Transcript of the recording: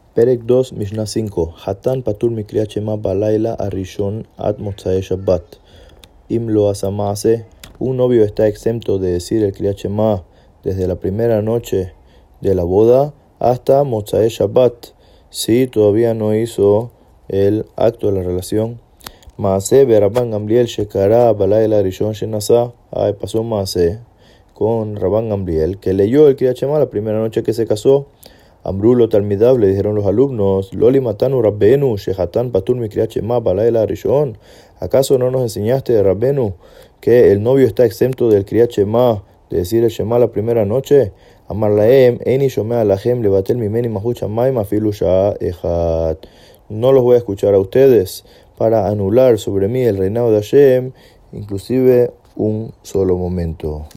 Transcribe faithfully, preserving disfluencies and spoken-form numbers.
Perek dos, Mishnah cinco. Hatan patur mi kriyat shema balayla arishon ad motzae Shabbat. Im lo asamase. Un novio está exento de decir el kriyat shema desde la primera noche de la boda hasta motzae Shabbat, si todavía no hizo el acto de la relación. Maase Rabban Gamliel shekara balayla arishon shenasa. Ay, pasó Maase con Rabban Gamliel, que leyó el kriyat shema la primera noche que se casó. Amrulo Talmidav, le dijeron los alumnos, Loli matanu Rabbenu, Shehatan patur mi kriyat shema balayla arishon. ¿Acaso no nos enseñaste, Rabbenu, que el novio está exento del kriyat shema, de decir el shema la primera noche? Amar laem, eini shomea lahem levatel mimeni mahut shamayim afilu sha'a echad. No los voy a escuchar a ustedes para anular sobre mí el reinado de Hashem, inclusive un solo momento.